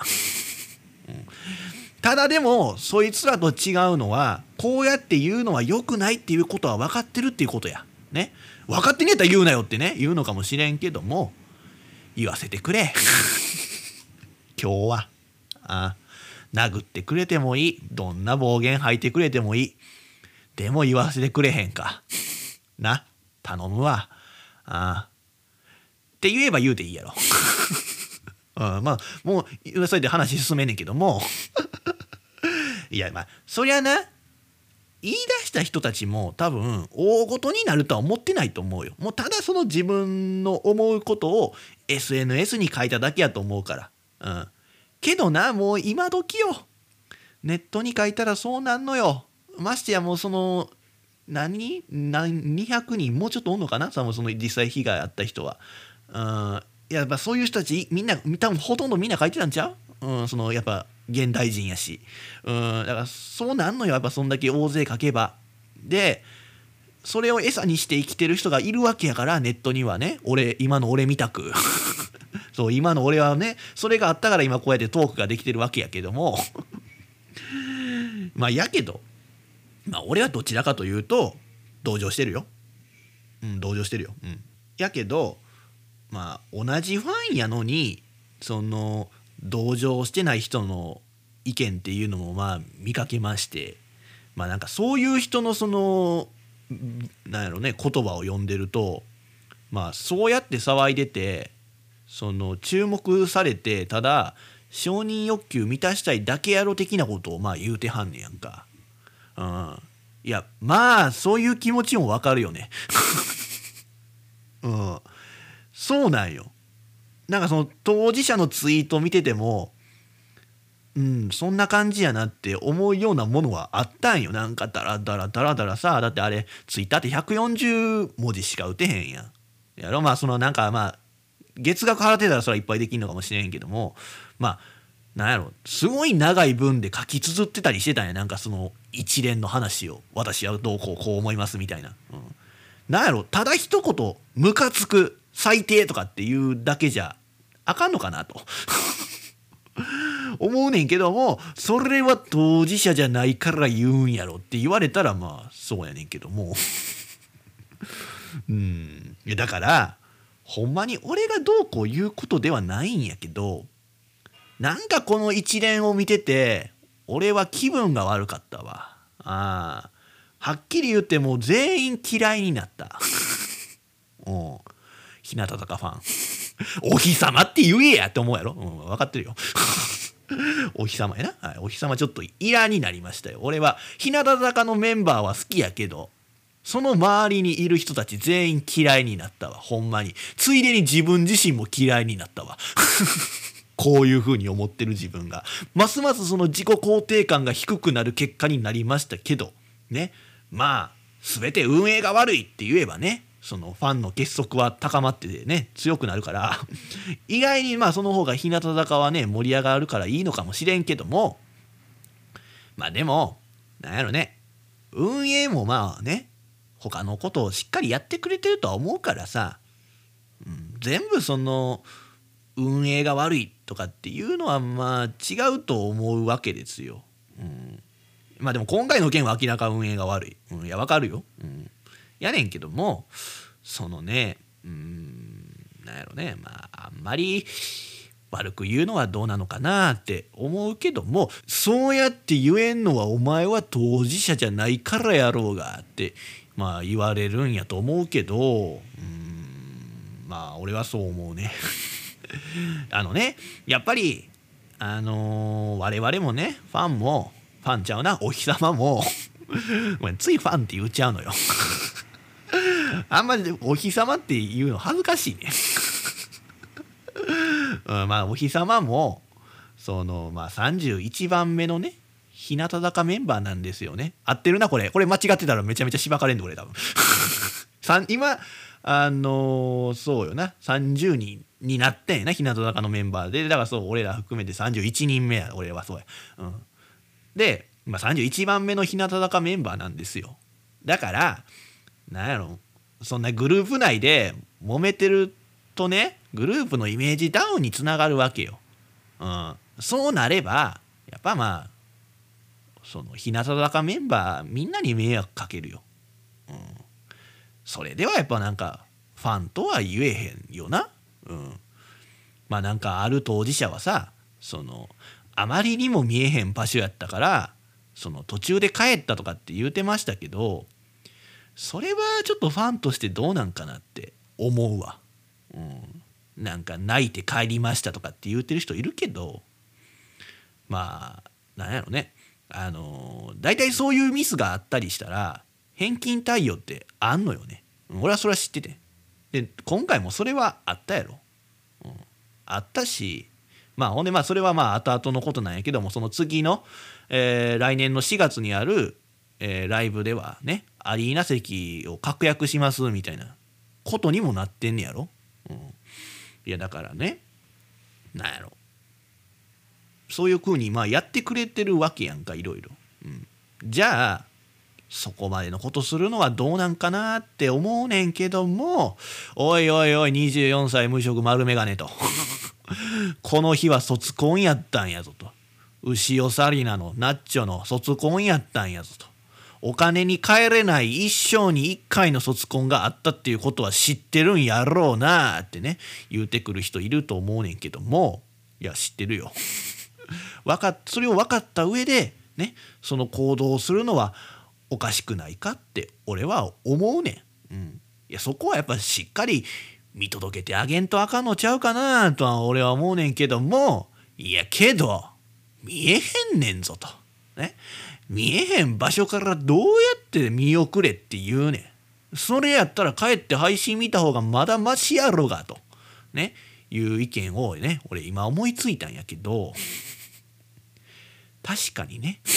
ただでもそいつらと違うのは、こうやって言うのは良くないっていうことは分かってるっていうことやね。分かってねえやったら言うなよってね言うのかもしれんけども、言わせてくれ今日は殴ってくれてもいい、どんな暴言吐いてくれてもいい、でも言わせてくれへんかな、頼むわって言えば言うていいやろもうそれで話進めんねんけどもいやそりゃな、言い出した人たちも多分大ごとになるとは思ってないと思うよ。もうただその自分の思うことを SNS に書いただけやと思うから。 けどな、もう今時よ。ネットに書いたらそうなんのよ。ましてやもうその200人もうちょっとおんのかな、その実際被害あった人は。うん、やっぱそういう人たちみんな多分ほとんどみんな書いてたんちゃう、そのやっぱ現代人やし、だからそうなんのよ、やっぱそんだけ大勢書けば。でそれを餌にして生きてる人がいるわけやから、ネットにはね、今の俺みたくそう今の俺はね、それがあったから今こうやってトークができてるわけやけどもまあやけど、まあ俺はどちらかというと同情してるよ。同情してるよ。やけどまあ同じファンやのにその同情してない人の意見っていうのもまあ見かけまして、まあなんかそういう人のそのなんやろね、言葉を読んでると、まあそうやって騒いでてその注目されて、ただ承認欲求満たしたいだけやろ的なことをまあ言うてはんねやんか。いやまあそういう気持ちもわかるよねそうなんよ。なんかその当事者のツイート見てても、そんな感じやなって思うようなものはあったんよ。なんかダラダラダラダラさ、だってあれツイッターって140文字しか打てへんやん。やろ、まあそのなんかまあ月額払ってたらそれはいっぱいできんのかもしれんけども、まあなんやろ、すごい長い文で書き綴ってたりしてたんや。なんかその一連の話を私はどうこう思いますみたいな。なんやろ、ただ一言ムカつく最低とかっていうだけじゃあかんのかなと思うねんけども、それは当事者じゃないから言うんやろって言われたらまあそうやねんけどもだからほんまに俺がどうこう言うことではないんやけど、なんかこの一連を見てて俺は気分が悪かったわ。はっきり言ってもう全員嫌いになった日向坂ファンお日様って言えやって思うやろ。分かってるよお日様やな、お日様ちょっと嫌になりましたよ。俺は日向坂のメンバーは好きやけど、その周りにいる人たち全員嫌いになったわ。ほんまに。ついでに自分自身も嫌いになったわこういう風に思ってる自分がますますその自己肯定感が低くなる結果になりましたけどね。まあ全て運営が悪いって言えばね、そのファンの結束は高まってね強くなるから意外にまあその方が日向坂はね盛り上がるからいいのかもしれんけども、まあでもなんやろね、運営もまあね他のことをしっかりやってくれてるとは思うからさ、全部その運営が悪いとかっていうのはまあ違うと思うわけですよ。まあでも今回の件は明らか運営が悪い。いやわかるよ。やねんけども、そのね、なんやろね、まああんまり悪く言うのはどうなのかなって思うけども、そうやって言えんのはお前は当事者じゃないからやろうがってまあ言われるんやと思うけど、まあ俺はそう思うねやっぱり我々もねファンちゃうな、お日様もごめんついファンって言っちゃうのよあんまりお日様って言うの恥ずかしいねまあお日様もそのまあ31番目のね日向坂メンバーなんですよね。合ってるなこれ間違ってたらめちゃめちゃしばかれんのこれ多分今そうよな30人になってんやな日向坂のメンバーで。だからそう俺ら含めて31人目や俺はそうや。で、まあ、31番目の日向坂メンバーなんですよ。だからなんやろ、そんなグループ内で揉めてるとねグループのイメージダウンにつながるわけよ。そうなればやっぱまあその日向坂メンバーみんなに迷惑かけるよ。それではやっぱなんかファンとは言えへんよな。まあなんかある当事者はさ、そのあまりにも見えへん場所やったからその途中で帰ったとかって言うてましたけど、それはちょっとファンとしてどうなんかなって思うわ。なんか泣いて帰りましたとかって言うてる人いるけど、まあなんやろね、だいたいそういうミスがあったりしたら返金対応ってあんのよね。俺はそれは知ってて、で今回もそれはあったやろ。あったし、 まあほんでそれは後々のことなんやけども、その次の、来年の4月にある、ライブではねアリーナ席を確約しますみたいなことにもなってんねやろ。いやだからね、なんやろ、そういう風にやってくれてるわけやんか、いろいろ。じゃあそこまでのことするのはどうなんかなって思うねんけども、おいおいおい、24歳無職丸眼鏡とこの日は卒コンやったんやぞと、牛尾サリナのナッチョの卒コンやったんやぞと、お金に換えれない一生に一回の卒コンがあったっていうことは知ってるんやろうなってね言うてくる人いると思うねんけども、いや知ってるよそれを分かった上でねその行動をするのはおかしくないかって俺は思うねん。いやそこはやっぱしっかり見届けてあげんとあかんのちゃうかなとは俺は思うねんけども、いやけど見えへんねんぞとね、見えへん場所からどうやって見送れって言うねん。それやったら帰って配信見た方がまだマシやろがとねいう意見をね俺今思いついたんやけど確かにね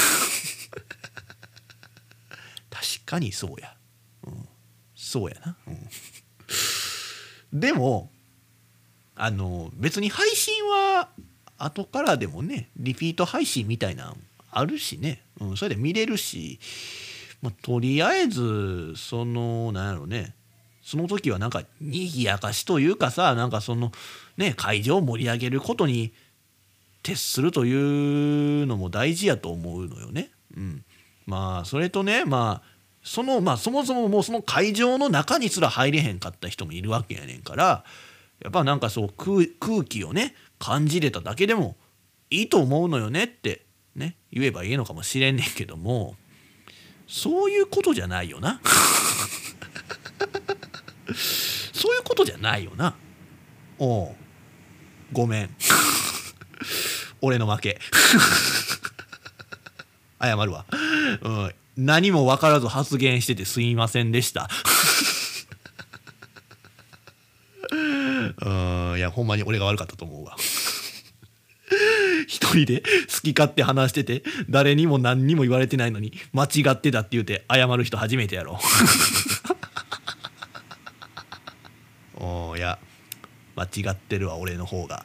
確かにそうや、そうやな、でも別に配信は後からでもねリピート配信みたいなのあるしね、それで見れるし、とりあえずなんやろね、その時はなんかにぎやかしというかさ、なんか会場を盛り上げることに徹するというのも大事やと思うのよね。それとねそもそももうその会場の中にすら入れへんかった人もいるわけやねんから、やっぱなんかそう空気をね感じれただけでもいいと思うのよねってね言えばいいのかもしれんねんけども、そういうことじゃないよなそういうことじゃないよな。おうごめん俺の負け謝るわ、何も分からず発言しててすいませんでしたいやほんまに俺が悪かったと思うわ一人で好き勝手話してて誰にも何にも言われてないのに間違ってたって言うて謝る人初めてやろいや間違ってるわ俺の方が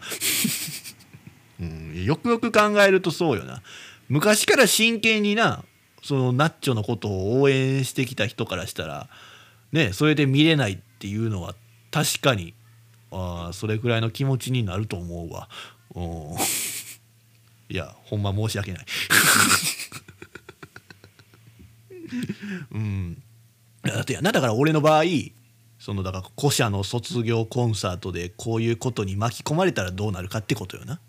よくよく考えるとそうよな。昔から真剣になそのナッチョのことを応援してきた人からしたらねそれで見れないっていうのは確かにそれくらいの気持ちになると思うわ。いやほんま申し訳ないだから俺の場合だから古社の卒業コンサートでこういうことに巻き込まれたらどうなるかってことよな。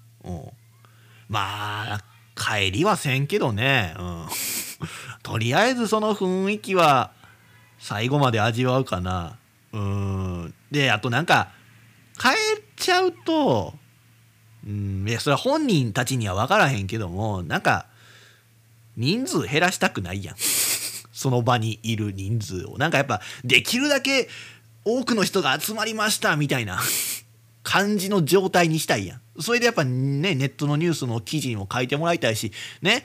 帰りはせんけどね、とりあえずその雰囲気は最後まで味わうかな。であとなんか帰っちゃうといやそれは本人たちには分からへんけどもなんか人数減らしたくないやんその場にいる人数をなんかやっぱできるだけ多くの人が集まりましたみたいな感じの状態にしたいやん。それでやっぱねネットのニュースの記事にも書いてもらいたいしね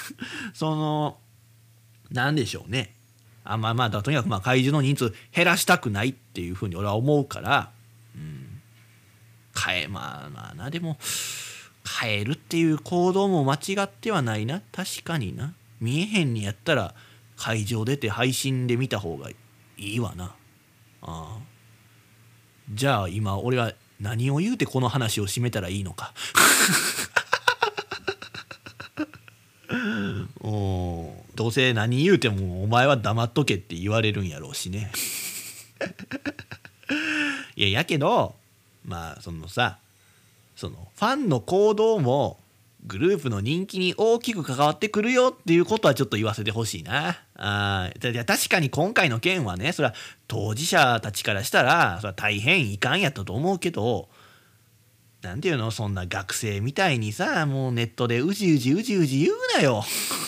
なんでしょうね、とにかく会場の人数減らしたくないっていうふうに俺は思うから、でも変えるっていう行動も間違ってはないな。確かにな、見えへんにやったら会場出て配信で見た方がいいわな。じゃあ今俺は何を言うてこの話を締めたらいいのかどうせ何言うてもお前は黙っとけって言われるんやろうしねやけどファンの行動もグループの人気に大きく関わってくるよっていうことはちょっと言わせてほしいな。確かに今回の件はねそれは当事者たちからしたらそれは大変遺憾やったと思うけど、なんていうの、そんな学生みたいにさもうネットでうじうじ言うなよ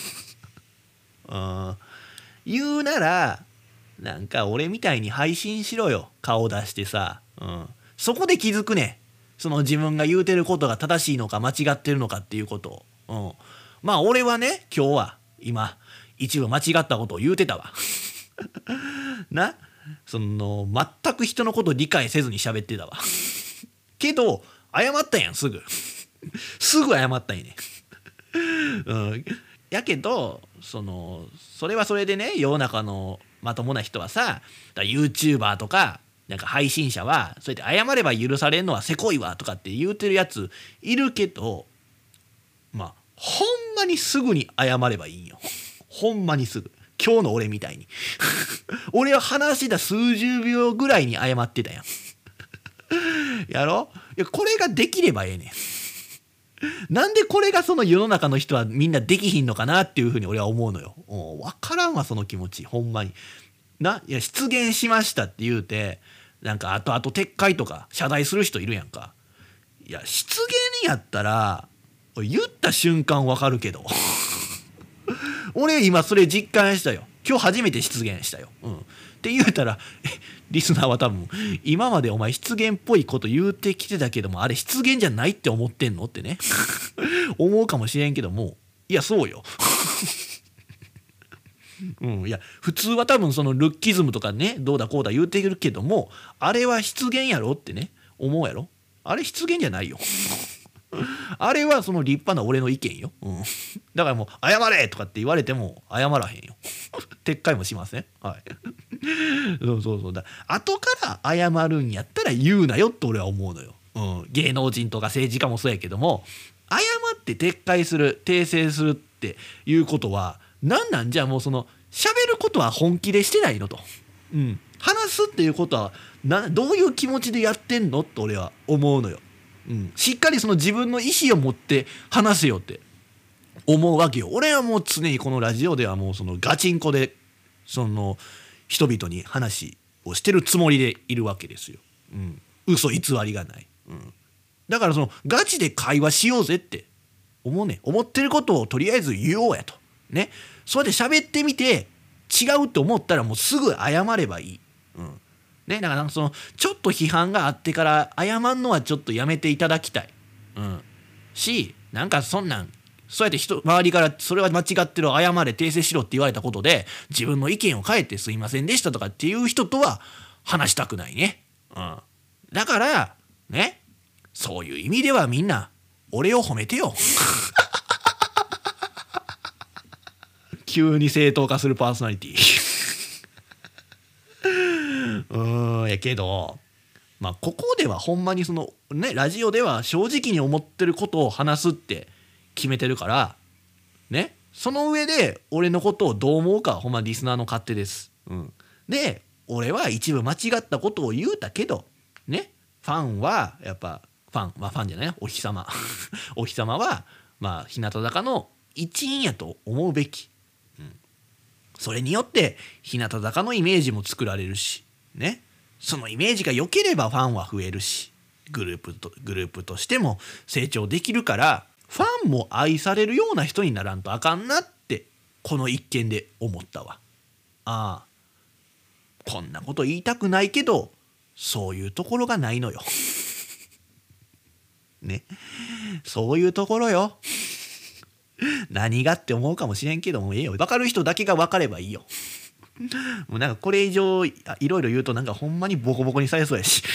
言うならなんか俺みたいに配信しろよ、顔出してさ、そこで気づくね。 その自分が言うてることが正しいのか間違ってるのかっていうことを、まあ俺はね今日は今一部間違ったことを言うてたわな、その全く人のことを理解せずに喋ってたわけど謝ったやん、すぐすぐ謝ったんやねやけどそれはそれでね、世の中のまともな人はさ、YouTuber とかなんか配信者はそうやって謝れば許されんのはせこいわとかって言うてるやついるけど、まあほんまにすぐに謝ればいいんよほんまにすぐ。今日の俺みたいに俺は話してた数十秒ぐらいに謝ってたやんやろ。いやこれができればええねん。なんでこれがその世の中の人はみんなできひんのかなっていうふうに俺は思うのよ。分からんわその気持ちほんまに。いや出現しましたって言うてなんか後々撤回とか謝罪する人いるやんか。いや出現やったら言った瞬間分かるけど俺今それ実感したよ。今日初めて出現したよ。って言うたらリスナーは多分今までお前出現っぽいこと言うてきてたけどもあれ出現じゃないって思ってんのってね思うかもしれんけども、いやそうよいや普通は多分そのルッキズムとかねどうだこうだ言うてるけどもあれは出現やろってね思うやろ。あれ出現じゃないよあれはその立派な俺の意見よ、だからもう謝れとかって言われても謝らへんよ撤回もしません。はいそうだ、後から謝るんやったら言うなよって俺は思うのよ、芸能人とか政治家もそうやけども謝って撤回する訂正するっていうことはなんじゃあもうその喋ることは本気でしてないのと、話すっていうことはどういう気持ちでやってんのって俺は思うのよ。しっかりその自分の意思を持って話せよって思うわけよ。俺はもう常にこのラジオではもうそのガチンコでその人々に話をしてるつもりでいるわけですよ。嘘偽りがない。だからそのガチで会話しようぜって思ってることをとりあえず言おうやとね。そうやって喋ってみて違うと思ったらもうすぐ謝ればいい。だからそのちょっと批判があってから謝んのはちょっとやめていただきたい。しなんかそんなんそうやって周りからそれは間違ってる謝れ訂正しろって言われたことで自分の意見を変えてすいませんでしたとかっていう人とは話したくないね。だからねそういう意味ではみんな俺を褒めてよ急に正当化するパーソナリティやけどここではほんまにそのねラジオでは正直に思ってることを話すって決めてるからね、その上で俺のことをどう思うかはほんまリスナーの勝手です。で俺は一部間違ったことを言うたけどね、ファンはやっぱファンじゃないお日様お日様は日向坂の一員やと思うべき。それによって日向坂のイメージも作られるしね、そのイメージが良ければファンは増えるしグループとしても成長できるからファンも愛されるような人にならんとあかんなってこの一件で思ったわ。こんなこと言いたくないけどそういうところがないのよね、そういうところよ何がって思うかもしれんけども分かる人だけが分かればいいよもうなんかこれ以上いろいろ言うとなんかほんまにボコボコにされそうやし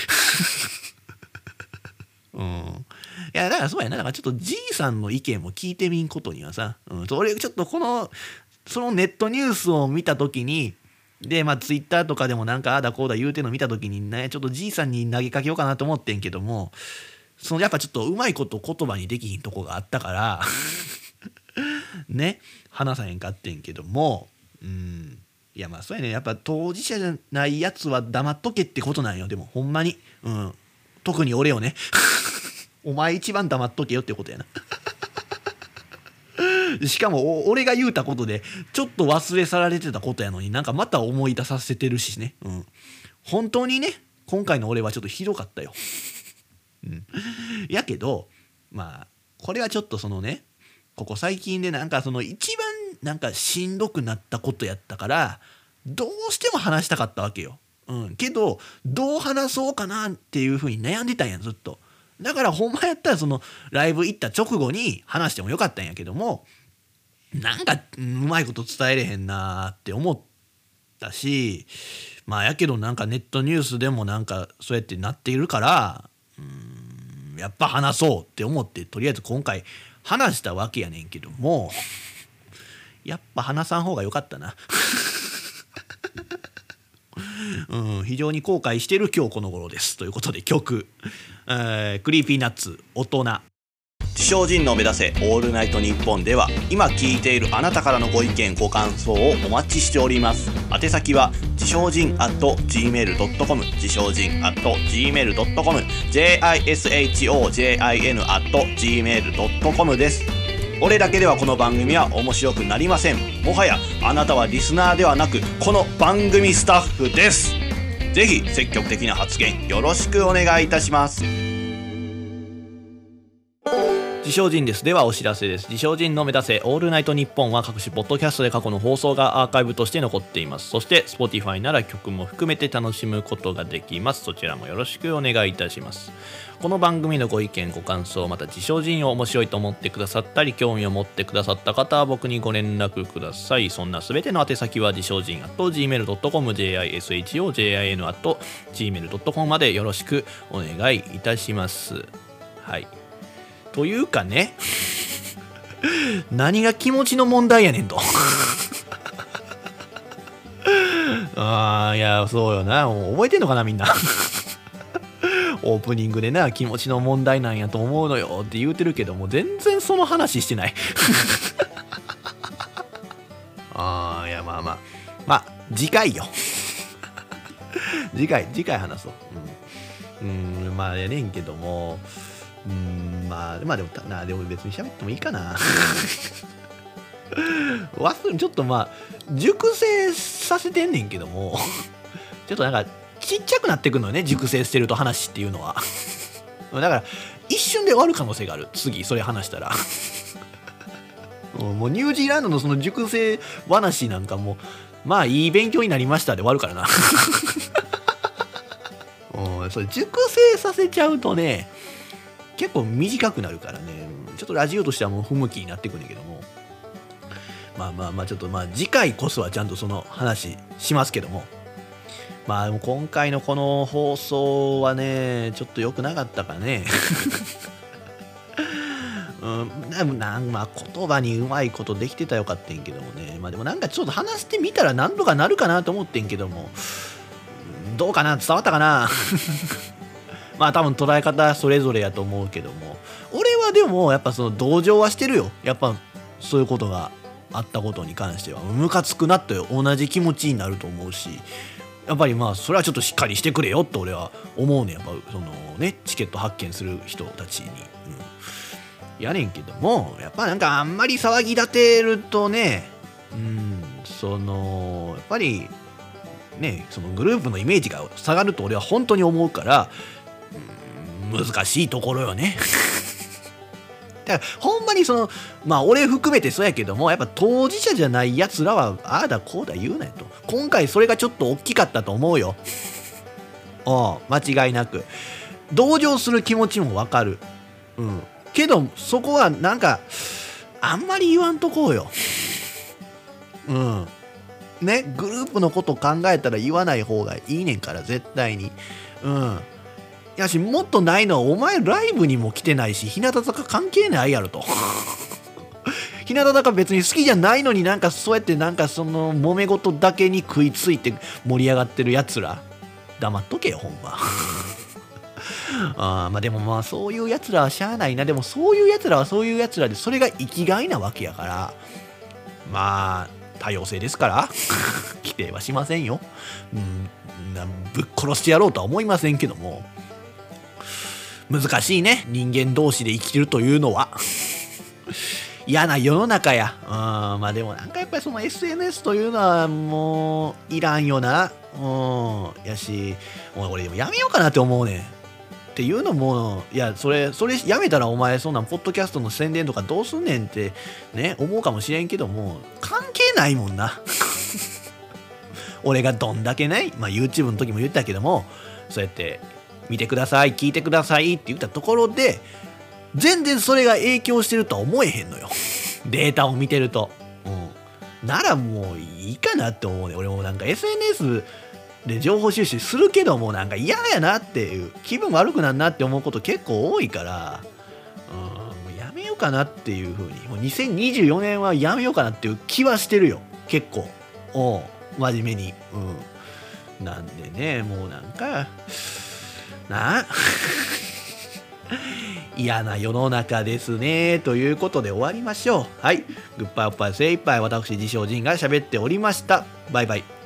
いやだからそうやな、だからちょっとじいさんの意見も聞いてみんことにはさ、俺ちょっとそのネットニュースを見た時にでツイッターとかでもなんかああだこうだ言うてんの見た時にねちょっとじいさんに投げかけようかなと思ってんけどもやっぱちょっとうまいこと言葉にできひんとこがあったからね話さへんかってんけどもいやそうやね、やっぱ当事者じゃないやつは黙っとけってことなんよ。でもほんまに特に俺よねお前一番黙っとけよってことやなしかも俺が言うたことでちょっと忘れ去られてたことやのになんかまた思い出させてるしね、本当にね今回の俺はちょっとひどかったよやけどこれはちょっとそのねここ最近でなんかその一番なんかしんどくなったことやったからどうしても話したかったわけよ。けどどう話そうかなっていう風に悩んでたんやずっと。 だからほんまやったらそのライブ行った直後に話してもよかったんやけども、なんかうまいこと伝えれへんなって思ったし、まあやけどなんかネットニュースでもなんかそうやってなっているから、やっぱ話そうって思ってとりあえず今回話したわけやねんけども、やっぱ話さん方が良かったな。非常に後悔してる今日この頃ですということで曲、クリーピーナッツ大人。自称人の目指せオールナイトニッポンでは今聞いているあなたからのご意見ご感想をお待ちしております。宛先は自称人 @gmail.com 自称人 @gmail.com jishojin@gmail.com です。これだけではこの番組は面白くなりません。もはやあなたはリスナーではなくこの番組スタッフです。ぜひ積極的な発言よろしくお願いいたします。自称人です。ではお知らせです。自称人の目指せオールナイトニッポンは各種ポッドキャストで過去の放送がアーカイブとして残っています。そして Spotify なら曲も含めて楽しむことができます。そちらもよろしくお願いいたします。この番組のご意見ご感想、また自称人を面白いと思ってくださったり興味を持ってくださった方は僕にご連絡ください。そんなすべての宛先は自称人 @gmail.com jishojin@gmail.com までよろしくお願いいたします。はい、というかね、何が気持ちの問題やねんと。いやそうよな、もう覚えてんのかなみんな。オープニングでな気持ちの問題なんやと思うのよって言うてるけども全然その話してない。いやまあ次回よ。次回話そう。まあやねんけども、まあでもでも別に喋ってもいいかな。ちょっとまあ熟成させてんねんけども、ちょっとなんかちっちゃくなってくるのよね、熟成してると話っていうのは。だから一瞬で終わる可能性がある。次それ話したら。もうニュージーランドのその熟成話なんかもまあいい勉強になりましたで終わるからな。それ熟成させちゃうとね結構短くなるからね、ちょっとラジオとしてはもう不向きになってくるんだけども、まあちょっと次回こそはちゃんとその話しますけども、でも今回のこの放送はねちょっと良くなかったかね。でも言葉にうまいことできてたらよかったんけどもね、でもなんかちょっと話してみたらなんとかなるかなと思ってんけども、どうかな、伝わったかな。多分捉え方それぞれやと思うけども、俺はでもやっぱその同情はしてるよ。やっぱそういうことがあったことに関してはムカつくなって同じ気持ちになると思うし、やっぱりそれはちょっとしっかりしてくれよって俺は思うね。やっぱそのねチケット発見する人たちに、やねんけども、やっぱなんかあんまり騒ぎ立てるとね、そのやっぱりねそのグループのイメージが下がると俺は本当に思うから、難しいところよね。だからほんまにその俺含めてそうやけども、やっぱ当事者じゃないやつらはああだこうだ言うなよと。今回それがちょっと大きかったと思うよ。間違いなく同情する気持ちもわかる。けどそこはなんかあんまり言わんとこうよ。ね、グループのこと考えたら言わない方がいいねんから絶対に。やしもっとないのはお前ライブにも来てないし日向坂関係ないやろと。日向坂別に好きじゃないのになんかそうやってなんかその揉め事だけに食いついて盛り上がってるやつら黙っとけよほんま。でもそういうやつらはしゃあないな。でもそういうやつらはそういうやつらでそれが生きがいなわけやから、多様性ですから否定はしませんよ。ぶっ殺してやろうとは思いませんけども、難しいね人間同士で生きるというのは。嫌な世の中や。でもなんかやっぱりその SNS というのはもういらんよな。やしもう俺でもやめようかなって思うねん。っていうのも、いやそれやめたらお前そんなんポッドキャストの宣伝とかどうすんねんってね思うかもしれんけども、関係ないもんな。俺がどんだけね、YouTube の時も言ったけども、そうやって見てください聞いてくださいって言ったところで全然それが影響してるとは思えへんのよデータを見てると、ならもういいかなって思うね。俺もなんか SNS で情報収集するけどもなんか嫌やなっていう気分悪くなるなって思うこと結構多いから、もうやめようかなっていう風にもう2024年はやめようかなっていう気はしてるよ結構真面目に、なんでねもうなんか嫌な世の中ですねということで終わりましょう。はい、グッバイおっぱい精一杯私自称人が喋っておりました。バイバイ。